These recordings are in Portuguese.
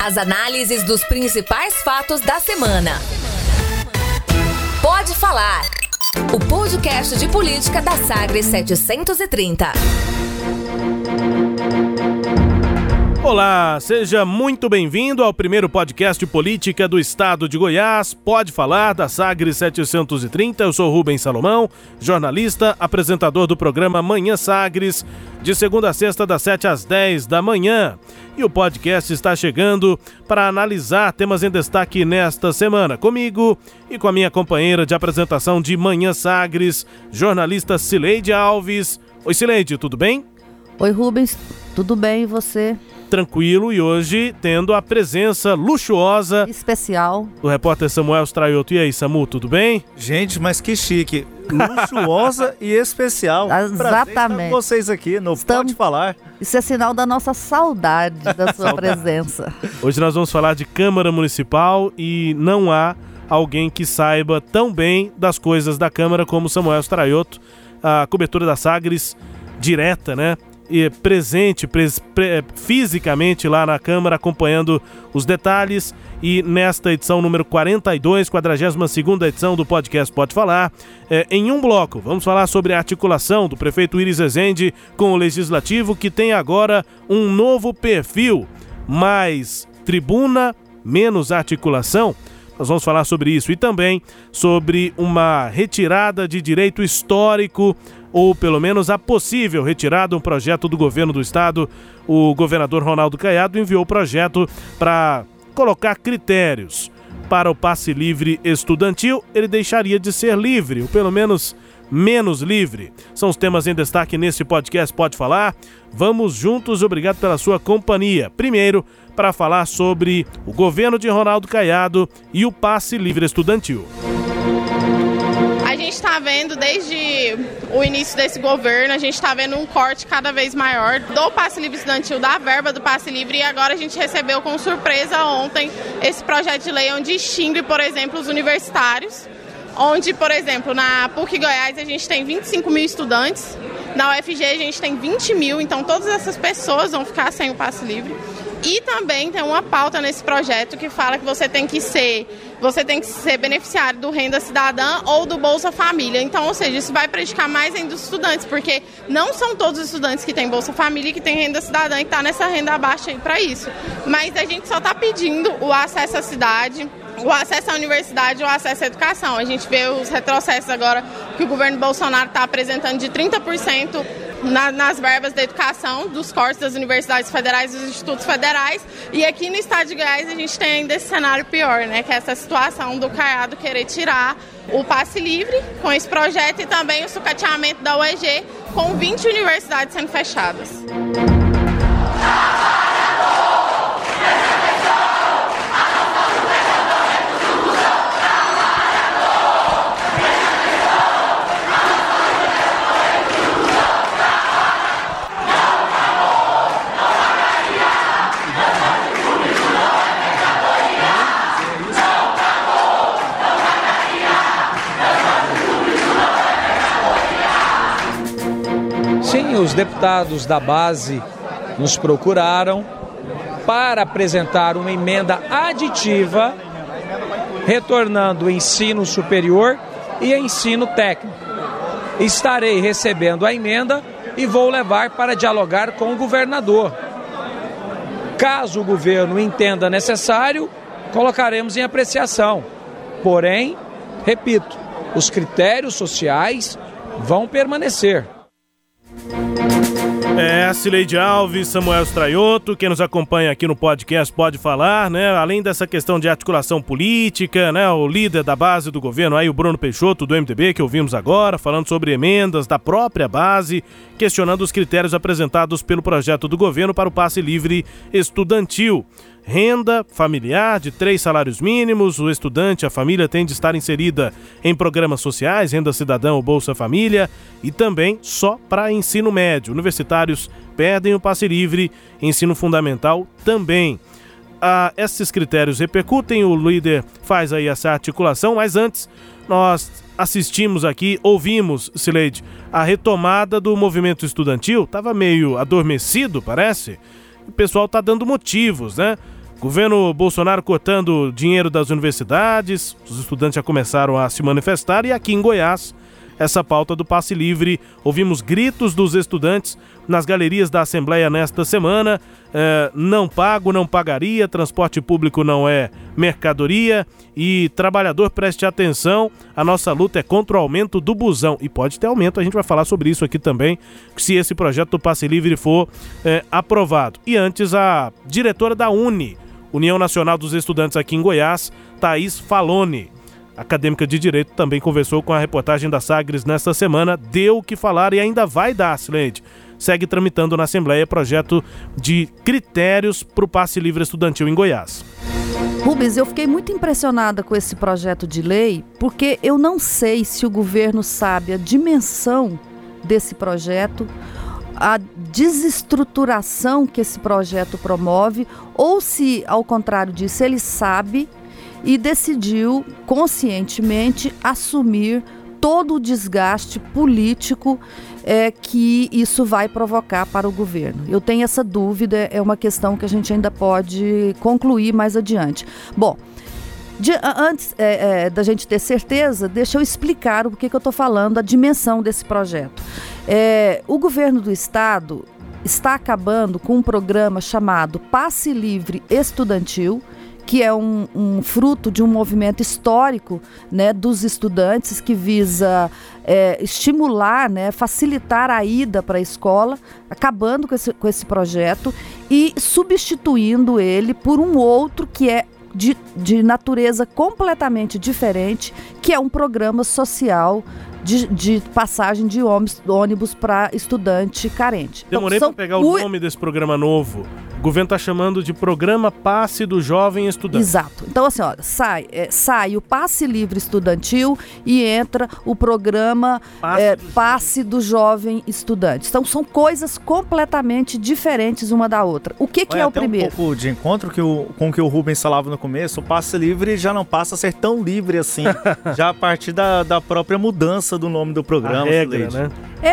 As análises dos principais fatos da semana. Pode Falar, o podcast de política da Sagres 730. Olá, seja muito bem-vindo ao primeiro podcast de política do estado de Goiás, Pode Falar, da Sagres 730. Eu sou Rubens Salomão, jornalista, apresentador do programa Manhã Sagres, de segunda a sexta, das 7 às 10 da manhã. E o podcast está chegando para analisar temas em destaque nesta semana, comigo e com a minha companheira de apresentação de Manhã Sagres, jornalista Cileide Alves. Oi, Cileide, tudo bem? Oi, Rubens, tudo bem, e você? Tranquilo, e hoje tendo a presença luxuosa especial do repórter Samuel Straioto. E aí, Samu, tudo bem? Gente, mas que chique, luxuosa e especial. Exatamente. Com vocês aqui no Pode Falar. Isso é sinal da nossa saudade da sua presença. Hoje nós vamos falar de Câmara Municipal e não há alguém que saiba tão bem das coisas da Câmara como Samuel Straioto. A cobertura da Sagres direta, né? E presente fisicamente lá na Câmara, acompanhando os detalhes. E nesta edição número 42, 42ª edição do podcast Pode Falar, em um bloco, vamos falar sobre a articulação do prefeito Iris Rezende com o Legislativo, que tem agora um novo perfil, mais tribuna, menos articulação. Nós vamos falar sobre isso e também sobre uma retirada de direito histórico, ou pelo menos a possível retirada, um projeto do governo do estado. O governador Ronaldo Caiado enviou o projeto para colocar critérios para o passe livre estudantil. Ele deixaria de ser livre, ou pelo menos menos livre. São os temas em destaque nesse podcast Pode Falar. Vamos juntos, obrigado pela sua companhia. Primeiro, para falar sobre o governo de Ronaldo Caiado e o passe livre estudantil. A gente está vendo desde o início desse governo, a gente está vendo um corte cada vez maior do passe livre estudantil, da verba do passe livre, e agora a gente recebeu com surpresa ontem esse projeto de lei onde extingue, por exemplo, os universitários, onde, por exemplo, na PUC Goiás a gente tem 25 mil estudantes, na UFG a gente tem 20 mil, então todas essas pessoas vão ficar sem o passe livre. E também tem uma pauta nesse projeto que fala que você tem que ser beneficiário do Renda Cidadã ou do Bolsa Família. Então, ou seja, isso vai prejudicar mais ainda os estudantes, porque não são todos os estudantes que têm Bolsa Família e que têm Renda Cidadã e que está nessa renda baixa aí para isso. Mas a gente só está pedindo o acesso à cidade, o acesso à universidade, o acesso à educação. A gente vê os retrocessos agora que o governo Bolsonaro está apresentando de 30% nas verbas da educação, dos cortes das universidades federais e dos institutos federais. E aqui no estado de Goiás a gente tem ainda esse cenário pior, né? Que é essa situação do Caiado querer tirar o passe livre com esse projeto e também o sucateamento da UEG com 20 universidades sendo fechadas. Sim, os deputados da base nos procuraram para apresentar uma emenda aditiva, retornando o ensino superior e ensino técnico. Estarei recebendo a emenda e vou levar para dialogar com o governador. Caso o governo entenda necessário, colocaremos em apreciação. Porém, repito, os critérios sociais vão permanecer. Cileide Alves, Samuel Straioto, quem nos acompanha aqui no podcast Pode Falar, né? Além dessa questão de articulação política, né? O líder da base do governo, aí o Bruno Peixoto, do MDB, que ouvimos agora, falando sobre emendas da própria base, questionando os critérios apresentados pelo projeto do governo para o passe livre estudantil. Renda familiar de 3 salários mínimos, o estudante, a família tem de estar inserida em programas sociais, Renda Cidadã ou Bolsa Família, e também só para ensino médio. Universitários perdem o passe livre, ensino fundamental também. Esses critérios repercutem, o líder faz aí essa articulação, mas antes nós assistimos aqui, ouvimos, Cileide, a retomada do movimento estudantil, estava meio adormecido, parece. O pessoal está dando motivos, né? Governo Bolsonaro cortando dinheiro das universidades, os estudantes já começaram a se manifestar e aqui em Goiás, essa pauta do passe livre, ouvimos gritos dos estudantes nas galerias da Assembleia nesta semana, não pago, não pagaria, transporte público não é mercadoria e trabalhador preste atenção, a nossa luta é contra o aumento do busão e pode ter aumento, a gente vai falar sobre isso aqui também, se esse projeto do passe livre for aprovado. E antes a diretora da União Nacional dos Estudantes aqui em Goiás, Thaís Faloni, acadêmica de Direito, também conversou com a reportagem da Sagres nesta semana, deu o que falar e ainda vai dar, Sileide. Segue tramitando na Assembleia projeto de critérios para o passe livre estudantil em Goiás. Rubens, eu fiquei muito impressionada com esse projeto de lei, porque eu não sei se o governo sabe a dimensão desse projeto, a desestruturação que esse projeto promove, ou se, ao contrário disso, ele sabe e decidiu conscientemente assumir todo o desgaste político que isso vai provocar para o governo. Eu tenho essa dúvida, é uma questão que a gente ainda pode concluir mais adiante. Bom, antes da gente ter certeza, deixa eu explicar o que eu estou falando, a dimensão desse projeto. O governo do estado está acabando com um programa chamado Passe Livre Estudantil, que é um fruto de um movimento histórico, né, dos estudantes que visa estimular, né, facilitar a ida para a escola, acabando com esse projeto e substituindo ele por um outro que é de natureza completamente diferente, que é um programa social de passagem de ônibus para estudante carente. Demorei para pegar o nome desse programa novo. O governo está chamando de Programa Passe do Jovem Estudante. Exato. Então, assim, olha, sai o Passe Livre Estudantil e entra o Programa Passe do Jovem Estudante. Então, são coisas completamente diferentes uma da outra. O que é o primeiro? Um pouco de encontro com o que o Rubens falava no começo, o Passe Livre já não passa a ser tão livre assim, já a partir da própria mudança do nome do programa. A regra, né?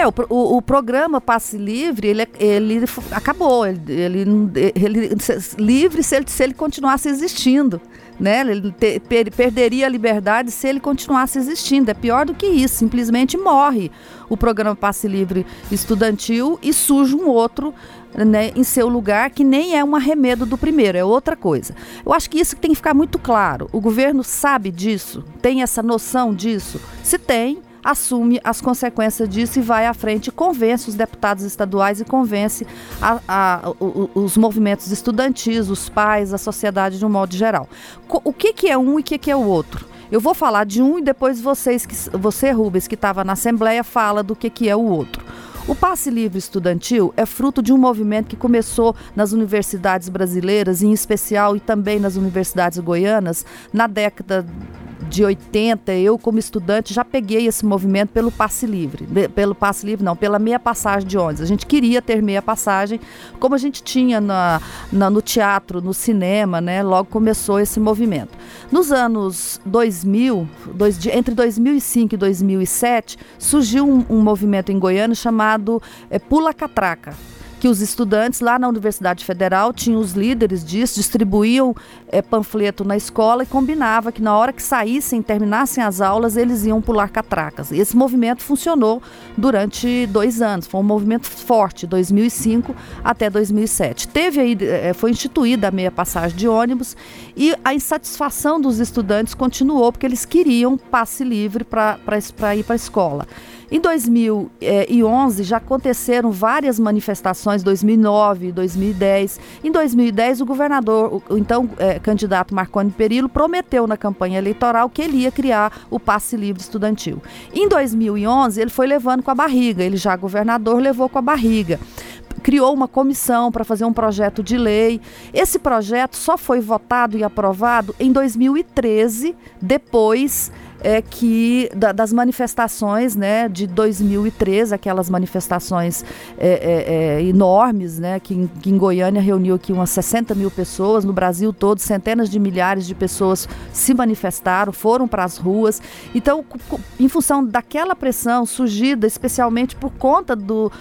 O programa Passe Livre, ele acabou, ele livre se ele continuasse existindo, né? Ele perderia a liberdade se ele continuasse existindo. É pior do que isso, simplesmente morre o programa Passe Livre Estudantil e surge um outro, né, em seu lugar, que nem é um arremedo do primeiro, é outra coisa. Eu acho que isso tem que ficar muito claro. O governo sabe disso? Tem essa noção disso? Se tem, assume as consequências disso e vai à frente, convence os deputados estaduais e convence os movimentos estudantis, os pais, a sociedade de um modo geral. O que é um e o que é o outro? Eu vou falar de um e depois você, Rubens, que estava na Assembleia, fala do que é o outro. O Passe Livre Estudantil é fruto de um movimento que começou nas universidades brasileiras, em especial e também nas universidades goianas, na década de 80, eu como estudante já peguei esse movimento pelo passe livre, pela meia passagem de ônibus. A gente queria ter meia passagem, como a gente tinha no teatro, no cinema, né? Logo começou esse movimento. Nos anos 2000, entre 2005 e 2007, surgiu um movimento em Goiânia chamado Pula Catraca, que os estudantes lá na Universidade Federal tinham os líderes disso, distribuíam panfleto na escola e combinava que na hora que saíssem, terminassem as aulas, eles iam pular catracas. Esse movimento funcionou durante 2 anos, foi um movimento forte, 2005 até 2007. Foi instituída a meia passagem de ônibus e a insatisfação dos estudantes continuou, porque eles queriam passe livre para ir para a escola. Em 2011 já aconteceram várias manifestações, 2009, 2010. Em 2010 o governador, o então candidato Marconi Perillo, prometeu na campanha eleitoral que ele ia criar o Passe Livre Estudantil. Em 2011 ele foi levando com a barriga, ele já governador levou com a barriga. Criou uma comissão para fazer um projeto de lei. Esse projeto só foi votado e aprovado em 2013, depois que das manifestações, né, de 2013, aquelas manifestações enormes, né, que em Goiânia reuniu aqui umas 60 mil pessoas, no Brasil todo centenas de milhares de pessoas se manifestaram, foram para as ruas. Então, em função daquela pressão surgida especialmente por conta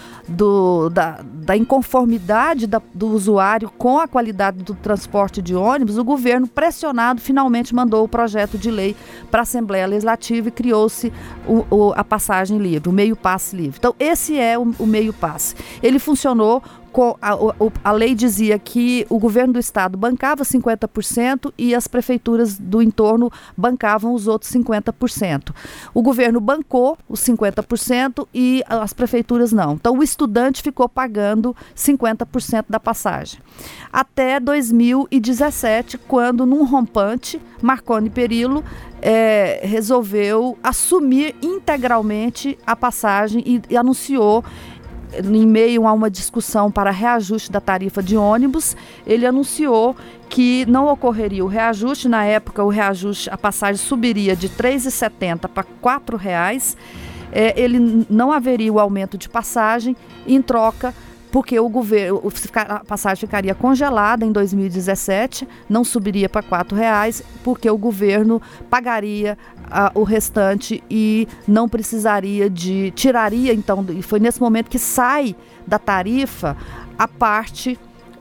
da inconformidade do usuário com a qualidade do transporte de ônibus, o governo, pressionado, finalmente mandou o projeto de lei para a Assembleia Legislativa e criou-se a passagem livre, o meio passe livre. Então, esse é o meio passe. Ele funcionou. A lei dizia que o governo do estado bancava 50% e as prefeituras do entorno bancavam os outros 50%. O governo bancou os 50% e as prefeituras não. Então, o estudante ficou pagando 50% da passagem. Até 2017, quando, num rompante, Marconi Perillo resolveu assumir integralmente a passagem e anunciou, em meio a uma discussão para reajuste da tarifa de ônibus, ele anunciou que não ocorreria o reajuste. Na época, a passagem subiria de R$ 3,70 para R$ 4,00. Ele não haveria o aumento de passagem, em troca, porque a passagem ficaria congelada em 2017, não subiria para R$ 4,00, porque o governo pagaria o restante e não precisaria tiraria, então, e foi nesse momento que sai da tarifa a parte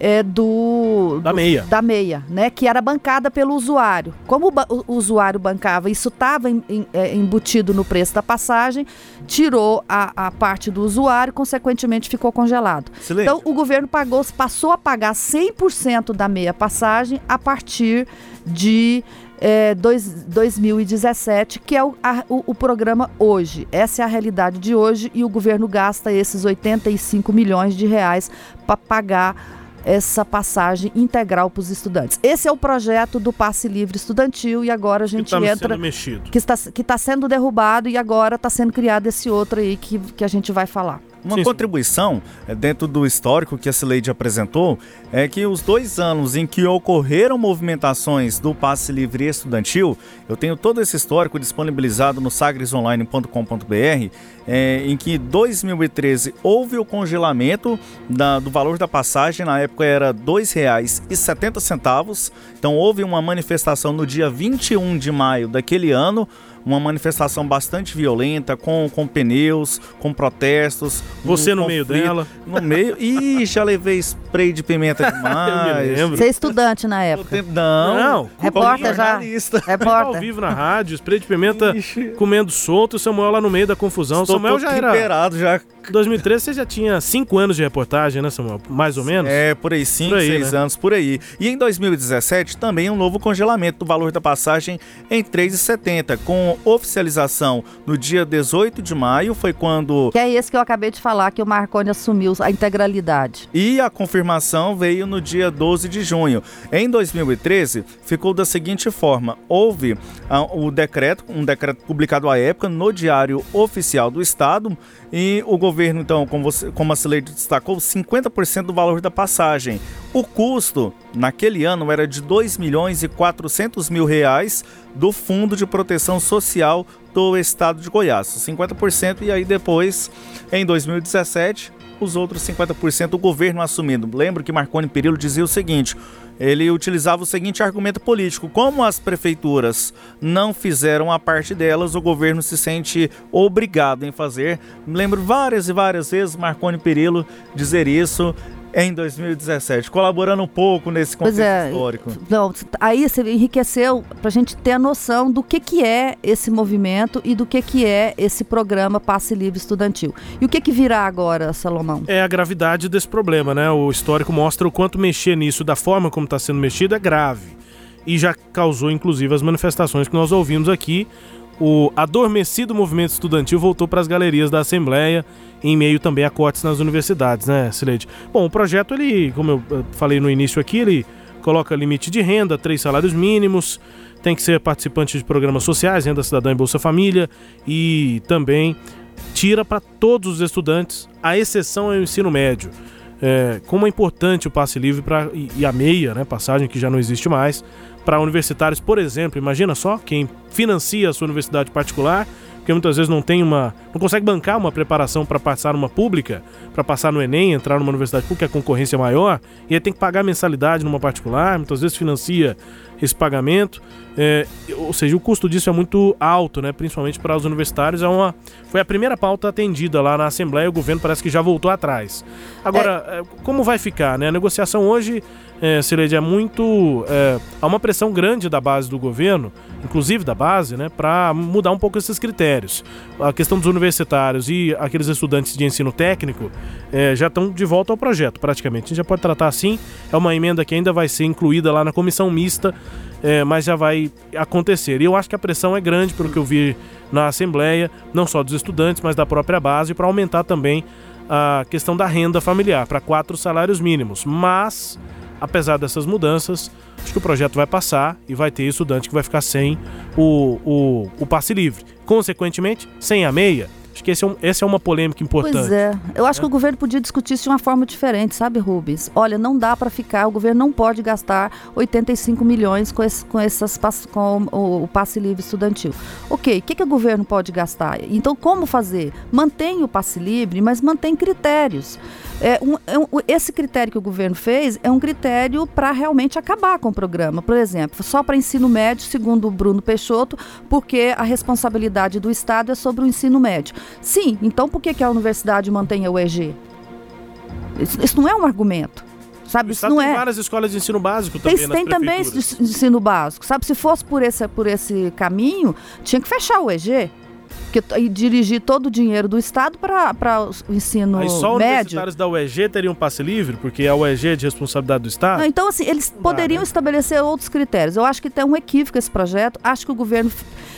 da meia, né, que era bancada pelo usuário. Como o usuário bancava, isso estava embutido no preço da passagem, tirou a parte do usuário, consequentemente ficou congelado. Excelente. Então o governo passou a pagar 100% da meia passagem a partir de 2017, que é o programa hoje. Essa é a realidade de hoje e o governo gasta esses 85 milhões de reais para pagar essa passagem integral para os estudantes. Esse é o projeto do passe livre estudantil e agora a gente entra... Que está sendo derrubado e agora está sendo criado esse outro aí que a gente vai falar. Uma contribuição dentro do histórico que a Cileide apresentou é que os 2 anos em que ocorreram movimentações do passe livre estudantil, eu tenho todo esse histórico disponibilizado no sagresonline.com.br, em que em 2013 houve o congelamento do valor da passagem, na época era R$ 2,70, então houve uma manifestação no dia 21 de maio daquele ano, uma manifestação bastante violenta, com pneus, com protestos. Você no meio dela? No meio. Ih, já levei spray de pimenta demais. Eu me lembro. Você é estudante na época? Não. Repórter já? Repórter. Ao vivo na rádio, spray de pimenta comendo solto, e Samuel lá no meio da confusão. Estou Samuel já era... já. Em 2013 você já tinha 5 anos de reportagem, né, Samuel? Mais ou menos? Por aí, 5, 6 anos, por aí. E em 2017 também um novo congelamento do valor da passagem em R$ 3,70, com oficialização no dia 18 de maio, foi quando... Que é esse que eu acabei de falar, que o Marconi assumiu a integralidade. E a confirmação veio no dia 12 de junho. Em 2013, ficou da seguinte forma: houve um decreto publicado à época no Diário Oficial do Estado, e o governo, então, como a Cileide destacou, 50% do valor da passagem. O custo, naquele ano, era de R$ 2.400.000 do Fundo de Proteção Social do Estado de Goiás. 50%, e aí depois, em 2017, os outros 50% o governo assumindo. Lembro que Marconi Perillo dizia o seguinte: ele utilizava o seguinte argumento político: como as prefeituras não fizeram a parte delas, o governo se sente obrigado em fazer. Me lembro várias e várias vezes Marconi Perillo dizer isso em 2017, colaborando um pouco nesse contexto histórico. Não, aí você enriqueceu para a gente ter a noção do que é esse movimento e do que é esse programa Passe Livre Estudantil. E o que virá agora, Salomão? É a gravidade desse problema, né? O histórico mostra o quanto mexer nisso da forma como está sendo mexido é grave. E já causou, inclusive, as manifestações que nós ouvimos aqui. O adormecido movimento estudantil voltou para as galerias da Assembleia, em meio também a cortes nas universidades, né, Cileide? Bom, o projeto, ele, como eu falei no início aqui, ele coloca limite de renda, 3 salários mínimos, tem que ser participante de programas sociais, Renda Cidadã e Bolsa Família, e também tira para todos os estudantes, a exceção é o ensino médio. como é importante o passe livre e a meia, né, passagem que já não existe mais, para universitários, por exemplo. Imagina só, quem financia a sua universidade particular, porque muitas vezes não consegue bancar uma preparação para passar numa pública, para passar no Enem, entrar numa universidade pública, a concorrência é maior, e aí tem que pagar mensalidade numa particular, muitas vezes financia esse pagamento, ou seja, o custo disso é muito alto, né, principalmente para os universitários. Foi a primeira pauta atendida lá na Assembleia, o governo parece que já voltou atrás. Agora, como vai ficar, né? A negociação hoje, Cileide, há uma pressão grande da base do governo, inclusive da base, né, para mudar um pouco esses critérios. A questão dos universitários e aqueles estudantes de ensino técnico já estão de volta ao projeto, praticamente. A gente já pode tratar assim, é uma emenda que ainda vai ser incluída lá na comissão mista, mas já vai acontecer. E eu acho que a pressão é grande, pelo que eu vi na Assembleia, não só dos estudantes, mas da própria base, para aumentar também a questão da renda familiar, para 4 salários mínimos. Mas, apesar dessas mudanças, acho que o projeto vai passar e vai ter estudante que vai ficar sem o passe livre. Consequentemente, sem a meia. Acho que essa é uma polêmica importante. Pois é. Eu acho que o governo podia discutir isso de uma forma diferente, sabe, Rubens? Olha, não dá para ficar, o governo não pode gastar 85 milhões com o passe livre estudantil. Ok, o que o governo pode gastar? Então, como fazer? Mantém o passe livre, mas mantém critérios. Esse critério que o governo fez é um critério para realmente acabar com o programa. Por exemplo, só para ensino médio, segundo o Bruno Peixoto, porque a responsabilidade do Estado é sobre o ensino médio. Sim, então por que a universidade mantém o EG? Isso não é um argumento. Sabe, isso não tem várias escolas de ensino básico também. Tem também de ensino básico. Sabe, se fosse por esse caminho, tinha que fechar o EG. E dirigir todo o dinheiro do Estado para o ensino médio. Aí só universitários da UEG teriam passe livre, porque a UEG é de responsabilidade do Estado? Não, então, assim, eles poderiam estabelecer outros critérios. Eu acho que tem um equívoco esse projeto. Acho que o governo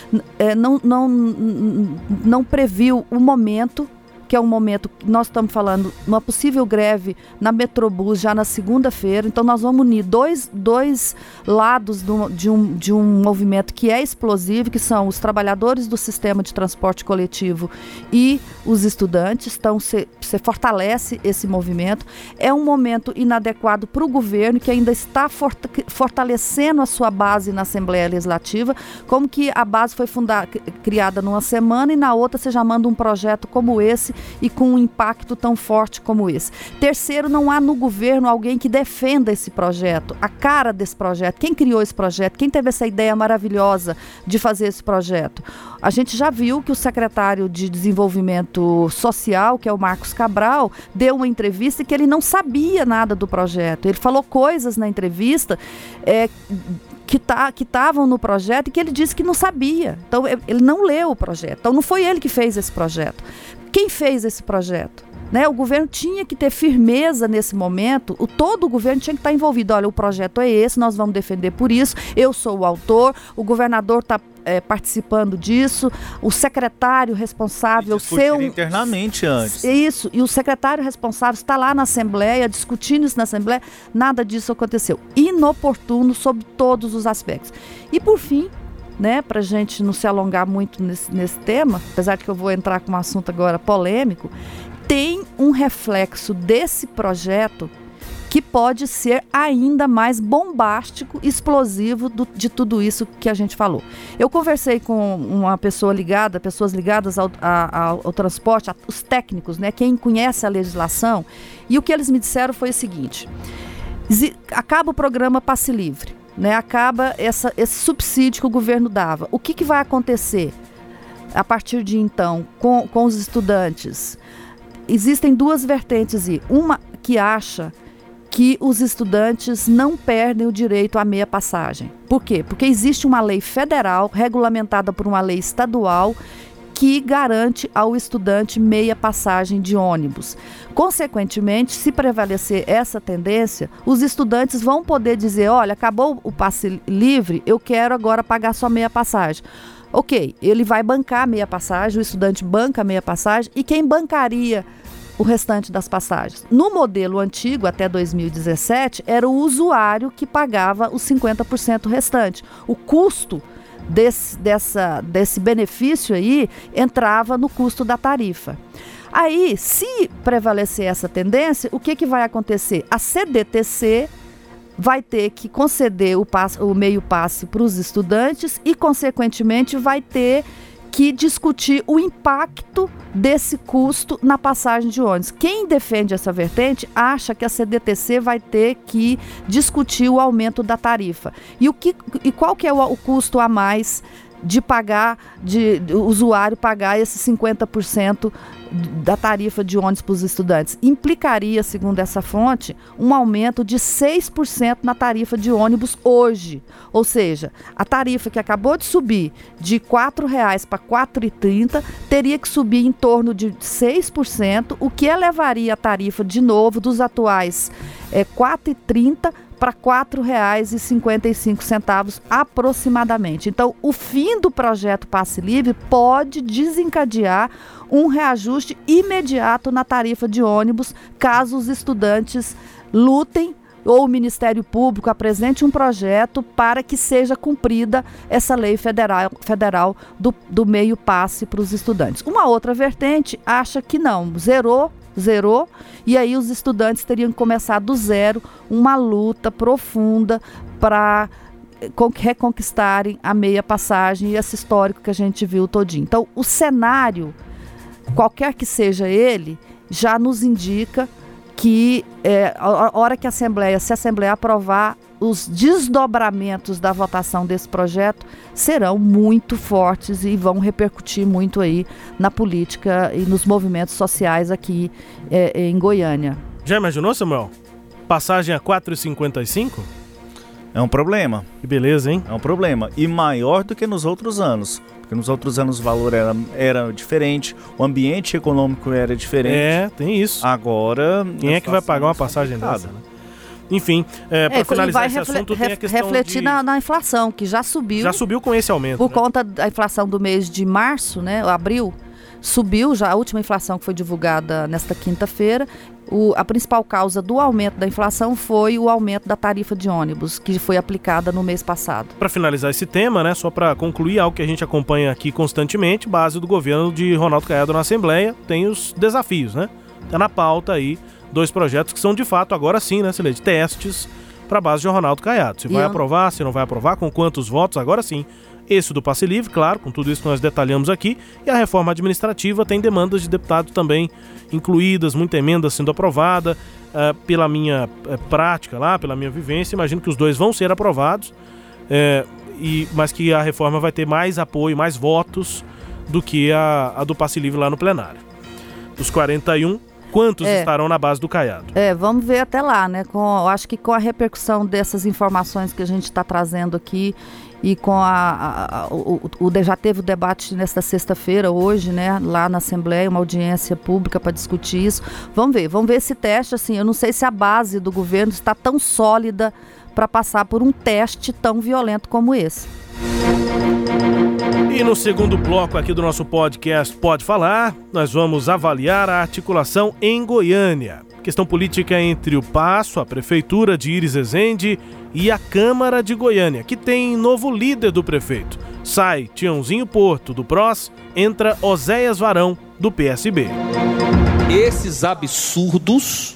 não previu o momento, que é um momento que nós estamos falando, uma possível greve na Metrobus já na segunda-feira. Então nós vamos unir dois lados de um movimento que é explosivo, que são os trabalhadores do sistema de transporte coletivo e os estudantes. Então você fortalece esse movimento. É um momento inadequado para o governo, que ainda está fortalecendo a sua base na Assembleia Legislativa. Como que a base foi criada numa semana e na outra você já manda um projeto como esse e com um impacto tão forte como esse. Terceiro, não há no governo alguém que defenda esse projeto, a cara desse projeto. Quem criou esse projeto? Quem teve essa ideia maravilhosa de fazer esse projeto? A gente já viu que o secretário de Desenvolvimento Social, que é o Marcos Cabral, deu uma entrevista que ele não sabia nada do projeto. Ele falou coisas na entrevista que estavam no projeto e que ele disse que não sabia. Então, ele não leu o projeto. Então, não foi ele que fez esse projeto. Quem fez esse projeto? Né? O governo tinha que ter firmeza nesse momento, todo o governo tinha que estar envolvido. Olha, o projeto é esse, nós vamos defender por isso, eu sou o autor, o governador está participando disso, o secretário responsável... internamente antes. Isso, e o secretário responsável está lá na Assembleia, discutindo isso na Assembleia, nada disso aconteceu. Inoportuno sobre todos os aspectos. E por fim, né, para a gente não se alongar muito nesse tema, apesar de que eu vou entrar com um assunto agora polêmico, tem um reflexo desse projeto que pode ser ainda mais bombástico, explosivo de tudo isso que a gente falou. Eu conversei com pessoas ligadas ao transporte, os técnicos, né, quem conhece a legislação, e o que eles me disseram foi o seguinte: acaba o programa Passe Livre, né, acaba esse subsídio que o governo dava. O que vai acontecer a partir de então com os estudantes? Existem duas vertentes aí. Uma que acha que os estudantes não perdem o direito à meia passagem. Por quê? Porque existe uma lei federal, regulamentada por uma lei estadual, que garante ao estudante meia passagem de ônibus. Consequentemente, se prevalecer essa tendência, os estudantes vão poder dizer: olha, acabou o passe livre, eu quero agora pagar só meia passagem. Ok, ele vai bancar a meia passagem, o estudante banca a meia passagem, e quem bancaria o restante das passagens? No modelo antigo, até 2017, era o usuário que pagava os 50% restante. O custo desse benefício aí entrava no custo da tarifa. Aí, se prevalecer essa tendência, o que vai acontecer? A CDTC vai ter que conceder o meio passe para os estudantes e, consequentemente, vai ter que discutir o impacto desse custo na passagem de ônibus. Quem defende essa vertente acha que a CDTC vai ter que discutir o aumento da tarifa. E qual que é o custo a mais de pagar, de o usuário pagar esses 50% da tarifa de ônibus para os estudantes? Implicaria, segundo essa fonte, um aumento de 6% na tarifa de ônibus hoje. Ou seja, a tarifa que acabou de subir de R$ 4,00 para R$ 4,30 teria que subir em torno de 6%, o que elevaria a tarifa de novo dos atuais R$ 4,30 para R$ 4,55 aproximadamente. Então, o fim do projeto Passe Livre pode desencadear um reajuste imediato na tarifa de ônibus, caso os estudantes lutem ou o Ministério Público apresente um projeto para que seja cumprida essa lei federal do meio passe para os estudantes. Uma outra vertente acha que não, zerou, e aí os estudantes teriam que começar do zero uma luta profunda para reconquistarem a meia passagem e esse histórico que a gente viu todinho. Então, o cenário, qualquer que seja ele, já nos indica que a hora que se a Assembleia aprovar, os desdobramentos da votação desse projeto serão muito fortes e vão repercutir muito aí na política e nos movimentos sociais aqui em Goiânia. Já imaginou, Samuel? Passagem a 4,55? É um problema. Que beleza, hein? É um problema. E maior do que nos outros anos. Porque nos outros anos o valor era diferente, o ambiente econômico era diferente. Tem isso. Agora... Quem é que vai pagar uma passagem dessa, né? Enfim, para finalizar esse assunto, tem a questão refletir na inflação, que já subiu. Já subiu com esse aumento. Por conta da inflação do mês de março, né, abril, subiu já a última inflação que foi divulgada nesta quinta-feira. A principal causa do aumento da inflação foi o aumento da tarifa de ônibus, que foi aplicada no mês passado. Para finalizar esse tema, né, só para concluir algo que a gente acompanha aqui constantemente, base do governo de Ronaldo Caiado na Assembleia, tem os desafios, né? Tá na pauta aí 2 projetos que são de fato agora sim, né, Cileide, testes para a base de Ronaldo Caiado. Se vai aprovar, se não vai aprovar, com quantos votos, agora sim. Esse do Passe Livre, claro, com tudo isso que nós detalhamos aqui, e a reforma administrativa tem demandas de deputados também incluídas, muita emenda sendo aprovada. Pela minha prática lá, pela minha vivência, imagino que os 2 vão ser aprovados, mas que a reforma vai ter mais apoio, mais votos do que a do Passe Livre lá no plenário. Dos 41, quantos estarão na base do Caiado? Vamos ver até lá, né? Eu acho que com a repercussão dessas informações que a gente está trazendo aqui e com já teve o debate nesta sexta-feira, hoje, né, lá na Assembleia, uma audiência pública para discutir isso. Vamos ver esse teste, assim, eu não sei se a base do governo está tão sólida para passar por um teste tão violento como esse. E no segundo bloco aqui do nosso podcast Pode Falar, nós vamos avaliar a articulação em Goiânia. Questão política entre o Passo, a Prefeitura de Iris Rezende e a Câmara de Goiânia, que tem novo líder do prefeito. Sai Tiãozinho Porto, do PROS, entra Oséias Varão, do PSB. Esses absurdos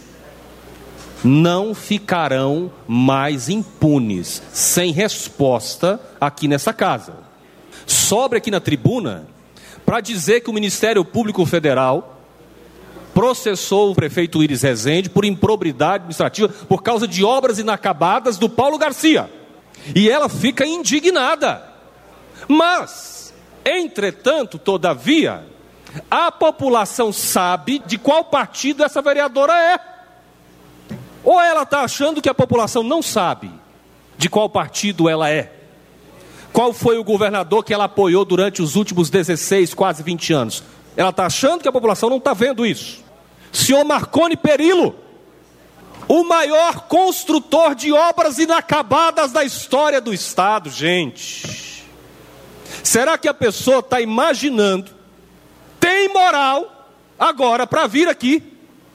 não ficarão mais impunes, sem resposta aqui nessa casa. Sobre aqui na tribuna para dizer que o Ministério Público Federal processou o prefeito Iris Rezende por improbidade administrativa por causa de obras inacabadas do Paulo Garcia. E ela fica indignada. Mas, entretanto, todavia, a população sabe de qual partido essa vereadora é. Ou ela está achando que a população não sabe de qual partido ela é? Qual foi o governador que ela apoiou durante os últimos 16, quase 20 anos? Ela está achando que a população não está vendo isso. Senhor Marconi Perillo, o maior construtor de obras inacabadas da história do Estado, gente. Será que a pessoa está imaginando, tem moral agora para vir aqui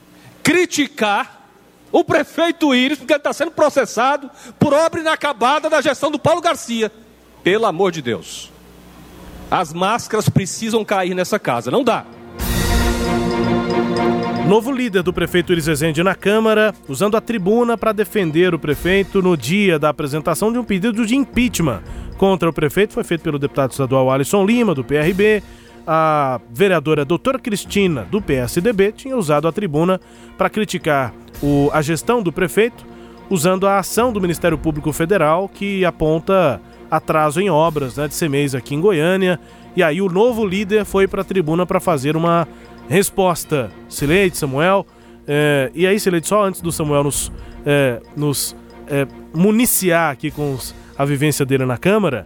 criticar o prefeito Iris, porque ele está sendo processado por obra inacabada da gestão do Paulo Garcia? Pelo amor de Deus. As máscaras precisam cair nessa casa, não dá. Novo líder do prefeito Iris Rezende na Câmara, usando a tribuna para defender o prefeito no dia da apresentação de um pedido de impeachment contra o prefeito, foi feito pelo deputado estadual Alisson Lima, do PRB. A vereadora doutora Cristina, do PSDB, tinha usado a tribuna para criticar a gestão do prefeito, usando a ação do Ministério Público Federal, que aponta atraso em obras, de CEMEIS aqui em Goiânia. E aí o novo líder foi para a tribuna para fazer uma resposta. Cileide, Samuel, e aí, Cileide, só antes do Samuel nos municiar aqui com a vivência dele na Câmara,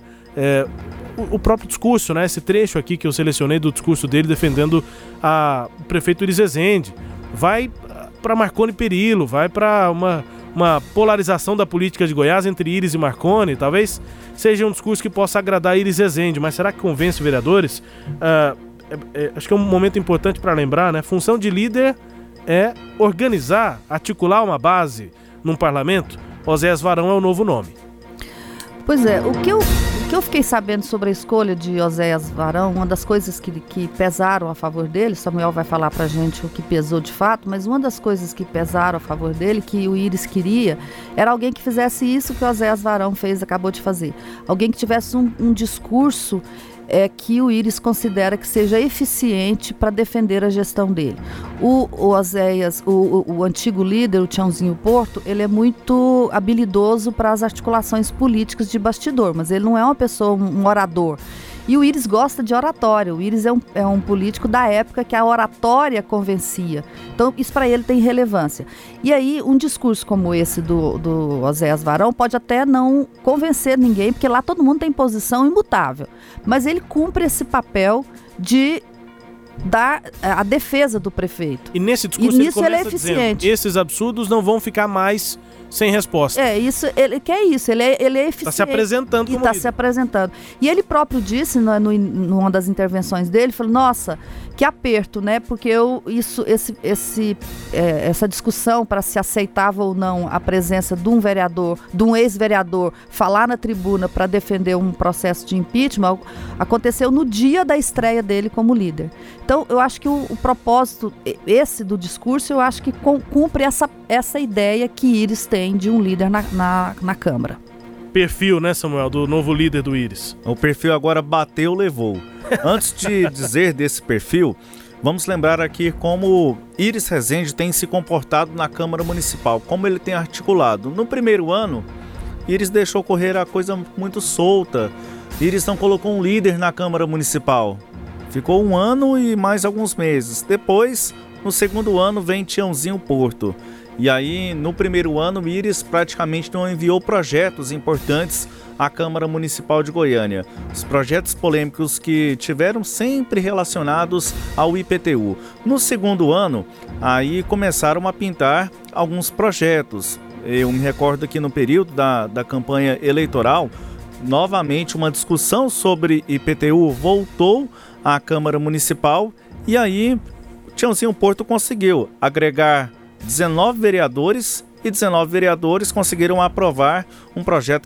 o próprio discurso, esse trecho aqui que eu selecionei do discurso dele defendendo o prefeito Iris Rezende, vai para Marconi Perillo, vai para uma polarização da política de Goiás entre Iris e Marconi. Talvez seja um discurso que possa agradar Iris Rezende, mas será que convence vereadores? Acho que é um momento importante para lembrar, Função de líder é organizar, articular uma base num parlamento. Oséias Varão é o novo nome. Pois é, o que eu fiquei sabendo sobre a escolha de Oséias Varão, uma das coisas que pesaram a favor dele, Samuel vai falar pra gente o que pesou de fato, mas uma das coisas que pesaram a favor dele, que o Iris queria, era alguém que fizesse isso que o Oséias Varão acabou de fazer. Alguém que tivesse um discurso que o Iris considera que seja eficiente para defender a gestão dele. O Oséias, o antigo líder, o Tiãozinho Porto, ele é muito habilidoso para as articulações políticas de bastidor, mas ele não é uma pessoa, um orador. E o Iris gosta de oratória. O Iris é um político da época que a oratória convencia. Então, isso para ele tem relevância. E aí, um discurso como esse do Oséias Varão pode até não convencer ninguém, porque lá todo mundo tem posição imutável. Mas ele cumpre esse papel de dar a defesa do prefeito. E nesse discurso ele é eficiente. Dizendo, esses absurdos não vão ficar mais sem resposta. Ele quer isso, ele é eficiente. Está se apresentando como líder. Está se apresentando. E ele próprio disse, numa das intervenções dele, falou, nossa, que aperto, porque essa discussão para se aceitava ou não a presença de um vereador, de um ex-vereador, falar na tribuna para defender um processo de impeachment, aconteceu no dia da estreia dele como líder. Então, eu acho que o propósito, esse do discurso, eu acho que cumpre essa ideia que Iris tem de um líder na Câmara. Perfil, Samuel, do novo líder do Iris. O perfil agora bateu, levou. Antes de dizer desse perfil, vamos lembrar aqui como Iris Rezende tem se comportado na Câmara Municipal, como ele tem articulado. No primeiro ano, Iris deixou correr a coisa muito solta. Iris não colocou um líder na Câmara Municipal. Ficou 1 ano e mais alguns meses. Depois, no segundo ano, vem Tiãozinho Porto. E aí, no primeiro ano, Iris praticamente não enviou projetos importantes à Câmara Municipal de Goiânia. Os projetos polêmicos que tiveram sempre relacionados ao IPTU. No segundo ano, aí começaram a pintar alguns projetos. Eu me recordo que no período da campanha eleitoral, novamente uma discussão sobre IPTU voltou à Câmara Municipal e aí Tiãozinho Porto conseguiu agregar 19 vereadores e 19 vereadores conseguiram aprovar um projeto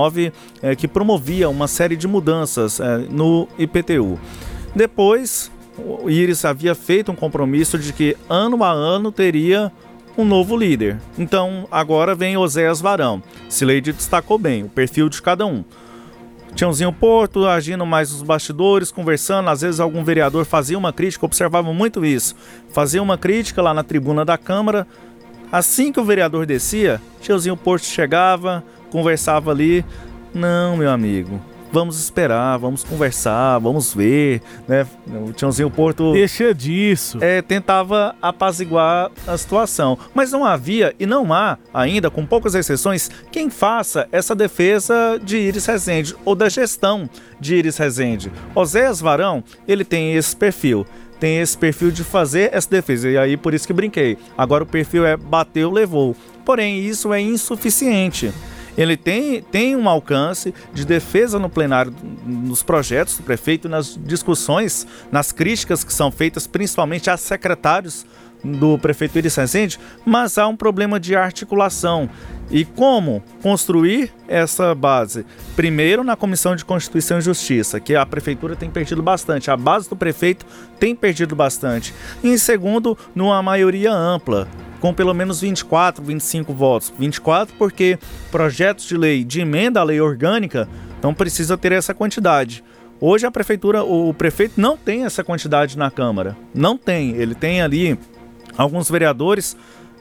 que promovia uma série de mudanças no IPTU. Depois, o Iris havia feito um compromisso de que ano a ano teria um novo líder. Então, agora vem Oséias Varão. Cileide destacou bem o perfil de cada um. Tiãozinho Porto agindo mais nos bastidores, conversando, às vezes algum vereador fazia uma crítica, observava muito isso, fazia uma crítica lá na tribuna da Câmara, assim que o vereador descia, Tiãozinho Porto chegava, conversava ali, não, meu amigo, vamos esperar, vamos conversar, vamos ver, O Tiãozinho Porto... Deixa disso. Tentava apaziguar a situação. Mas não havia e não há ainda, com poucas exceções, quem faça essa defesa de Iris Rezende ou da gestão de Iris Rezende. Oséias Varão, ele tem esse perfil. Tem esse perfil de fazer essa defesa. E aí, por isso que brinquei. Agora o perfil é bateu, levou. Porém, isso é insuficiente. Ele tem um alcance de defesa no plenário, nos projetos do prefeito, nas discussões, nas críticas que são feitas principalmente a secretários do prefeito Iris Rezende, mas há um problema de articulação. E como construir essa base? Primeiro, na Comissão de Constituição e Justiça, que a prefeitura tem perdido bastante, a base do prefeito tem perdido bastante. E em segundo, numa maioria ampla, com pelo menos 24, 25 votos. 24 porque projetos de lei de emenda à lei orgânica não precisa ter essa quantidade. Hoje a prefeitura, o prefeito não tem essa quantidade na Câmara. Não tem. Ele tem ali alguns vereadores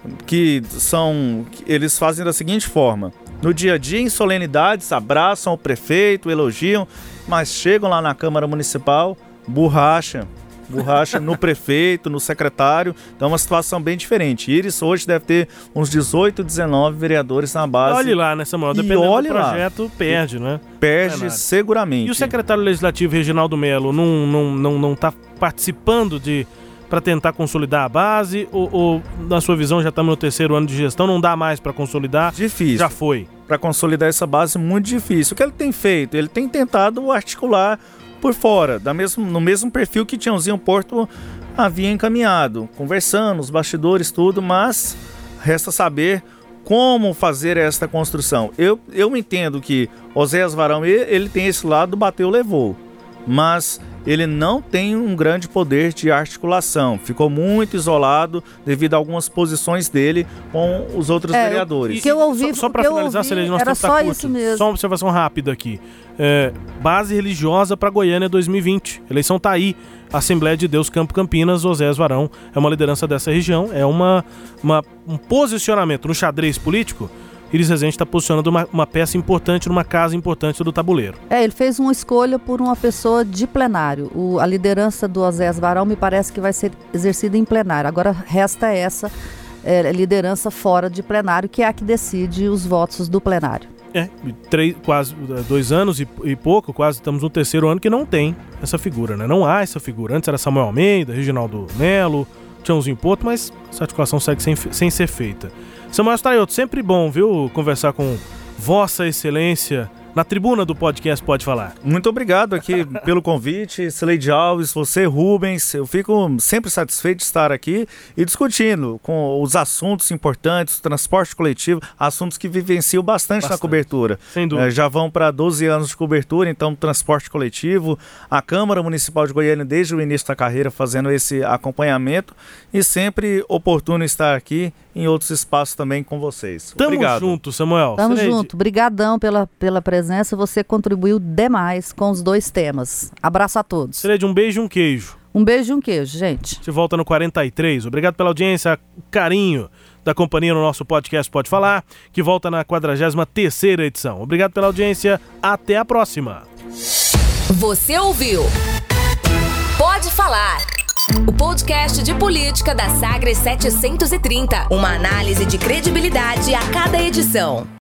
eles fazem da seguinte forma: no dia a dia, em solenidades, abraçam o prefeito, elogiam, mas chegam lá na Câmara Municipal, borracha no prefeito, no secretário. Então é uma situação bem diferente. Iris hoje deve ter uns 18, 19 vereadores na base. Olhe lá, né, Samuel? Dependendo do projeto, perde, né? Perde seguramente. E o secretário legislativo Reginaldo Melo não está participando para tentar consolidar a base, ou na sua visão já estamos no 3º ano de gestão, não dá mais para consolidar? Difícil. Já foi. Para consolidar essa base, muito difícil. O que ele tem feito? Ele tem tentado articular por fora, no mesmo perfil que Tiãozinho Porto havia encaminhado, conversando, os bastidores, tudo, mas resta saber como fazer esta construção. Eu entendo que Oséias Varão, ele tem esse lado, bateu, levou, mas ele não tem um grande poder de articulação. Ficou muito isolado devido a algumas posições dele com os outros vereadores. Que eu ouvi, só para finalizar, Celede, nós era temos que só estar isso mesmo. Só uma observação rápida aqui. Base religiosa para Goiânia 2020. Eleição tá aí. Assembleia de Deus Campo Campinas, Oséias Varão é uma liderança dessa região. É um posicionamento no xadrez político. Iris Rezende está posicionando uma peça importante numa casa importante do tabuleiro. Ele fez uma escolha por uma pessoa de plenário. A liderança do Oséias Varão me parece que vai ser exercida em plenário. Agora resta essa liderança fora de plenário, que é a que decide os votos do plenário. Quase 2 anos e pouco, quase estamos no 3º ano que não tem essa figura, né? Não há essa figura. Antes era Samuel Almeida, Reginaldo Melo, Tiãozinho Porto, mas essa articulação segue sem ser feita. Samuel Staraioto, sempre bom, viu, conversar com Vossa Excelência na tribuna do podcast Pode Falar. Muito obrigado aqui pelo convite, Celede Alves, você, Rubens. Eu fico sempre satisfeito de estar aqui e discutindo com os assuntos importantes, transporte coletivo, assuntos que vivenciam bastante na cobertura. Sem dúvida. Já vão para 12 anos de cobertura, então transporte coletivo, a Câmara Municipal de Goiânia desde o início da carreira fazendo esse acompanhamento e sempre oportuno estar aqui em outros espaços também com vocês. Obrigado. Tamo junto, Samuel. Tamo junto. Brigadão pela presença. Você contribuiu demais com os 2 temas. Abraço a todos. Celede, um beijo e um queijo. Um beijo e um queijo, gente. Te volta no 43. Obrigado pela audiência, carinho da companhia no nosso podcast Pode Falar, que volta na 43ª edição. Obrigado pela audiência. Até a próxima. Você ouviu Pode Falar, o podcast de política da Sagres 730. Uma análise de credibilidade a cada edição.